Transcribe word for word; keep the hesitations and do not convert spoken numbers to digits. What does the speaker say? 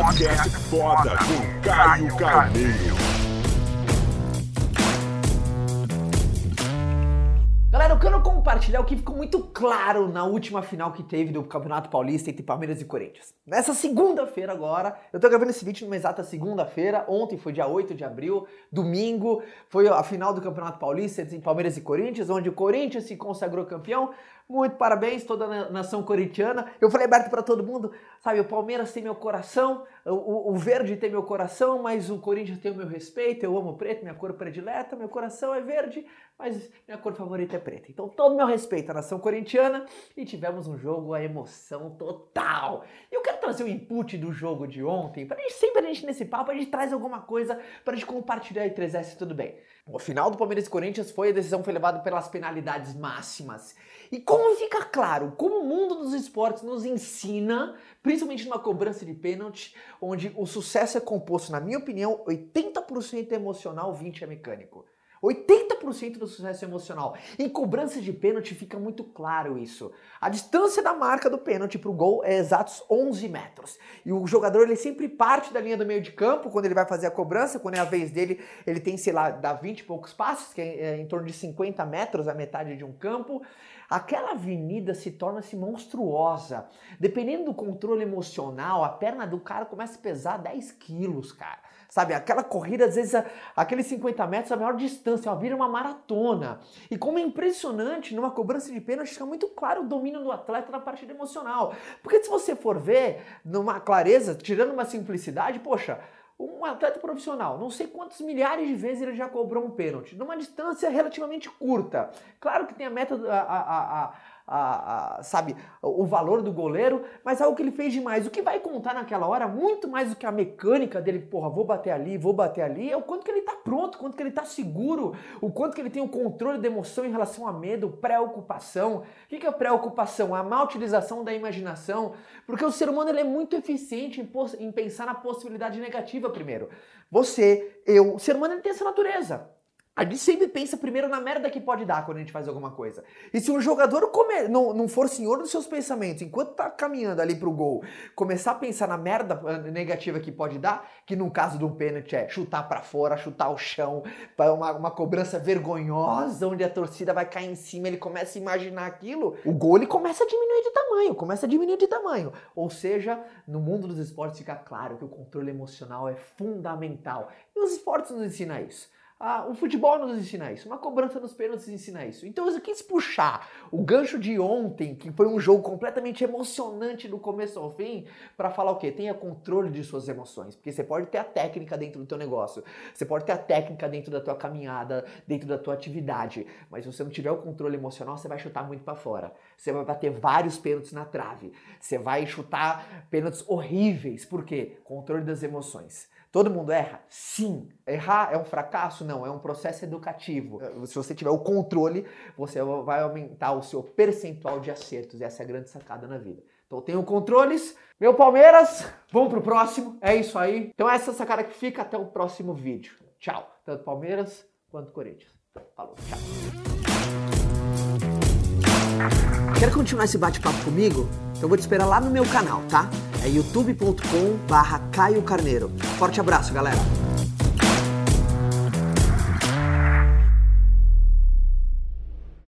Podcast foda com Caio Carneiro. Galera, eu quero compartilhar o que ficou muito claro na última final que teve do Campeonato Paulista entre Palmeiras e Corinthians. Nessa segunda-feira agora, eu tô gravando esse vídeo numa exata segunda-feira, ontem foi dia oito de abril, domingo, foi a final do Campeonato Paulista entre Palmeiras e Corinthians, onde o Corinthians se consagrou campeão. Muito parabéns, toda a nação corintiana. Eu falei aberto pra todo mundo, sabe, o Palmeiras tem meu coração, o, o, o verde tem meu coração, mas o Corinthians tem o meu respeito, eu amo preto, minha cor predileta, meu coração é verde, mas minha cor favorita é preta. Então todo o meu respeito à nação corintiana e tivemos um jogo, a emoção total. E eu quero trazer o input do jogo de ontem, pra gente, sempre a gente nesse papo, a gente traz alguma coisa pra gente compartilhar e três S, tudo bem. O final do Palmeiras e Corinthians foi, a decisão foi levada pelas penalidades máximas. E como fica claro, como o mundo dos esportes nos ensina, principalmente numa cobrança de pênalti, onde o sucesso é composto, na minha opinião, oitenta por cento emocional, vinte por cento é mecânico. oitenta por cento do sucesso é emocional. Em cobrança de pênalti fica muito claro isso. A distância da marca do pênalti para o gol é exatos onze metros. E o jogador ele sempre parte da linha do meio de campo quando ele vai fazer a cobrança, quando é a vez dele, ele tem, sei lá, dá vinte e poucos passos, que é em torno de cinquenta metros, a metade de um campo. Aquela avenida se torna-se monstruosa. Dependendo do controle emocional, a perna do cara começa a pesar dez quilos, cara. Sabe, aquela corrida, às vezes, aqueles cinquenta metros, a maior distância, ó, vira uma maratona. E como é impressionante, numa cobrança de pênalti, fica muito claro o domínio do atleta na partida emocional. Porque se você for ver, numa clareza, tirando uma simplicidade, poxa, um atleta profissional, não sei quantos milhares de vezes ele já cobrou um pênalti, numa distância relativamente curta. Claro que tem a meta, a, a, a, a, a, sabe, o valor do goleiro, mas algo que ele fez demais. O que vai contar naquela hora, muito mais do que a mecânica dele, porra, vou bater ali, vou bater ali, é o quanto que ele tá pronto, o quanto que ele tá seguro, o quanto que ele tem o controle da emoção em relação a medo, preocupação. O que é preocupação? A má utilização da imaginação, porque o ser humano ele é muito eficiente em, em pensar na possibilidade negativa primeiro. Você, eu, o ser humano ele tem essa natureza. A gente sempre pensa primeiro na merda que pode dar quando a gente faz alguma coisa. E se um jogador come, não, não for senhor dos seus pensamentos, enquanto tá caminhando ali pro gol, começar a pensar na merda negativa que pode dar, que no caso de um pênalti é chutar pra fora, chutar ao chão, uma, uma cobrança vergonhosa, onde a torcida vai cair em cima, ele começa a imaginar aquilo, o gol ele começa a diminuir de tamanho, começa a diminuir de tamanho. Ou seja, no mundo dos esportes fica claro que o controle emocional é fundamental. E os esportes nos ensinam isso. Ah, o futebol nos ensina isso, uma cobrança nos pênaltis ensina isso. Então eu quis puxar o gancho de ontem, que foi um jogo completamente emocionante do começo ao fim, para falar o quê? Tenha controle de suas emoções, porque você pode ter a técnica dentro do teu negócio, você pode ter a técnica dentro da tua caminhada, dentro da tua atividade, mas se você não tiver o controle emocional, você vai chutar muito para fora. Você vai bater vários pênaltis na trave, você vai chutar pênaltis horríveis, por quê? Controle das emoções. Todo mundo erra? Sim. Errar é um fracasso? Não, é um processo educativo. Se você tiver o controle, você vai aumentar o seu percentual de acertos. Essa é a grande sacada na vida. Então tenho controles. Meu Palmeiras, vamos pro próximo. É isso aí. Então essa é a sacada que fica. Até o próximo vídeo. Tchau. Tanto Palmeiras quanto Corinthians. Falou, tchau. Quer continuar esse bate-papo comigo? Então eu vou te esperar lá no meu canal, tá? É youtube ponto com barra Caio Carneiro. Forte abraço, galera!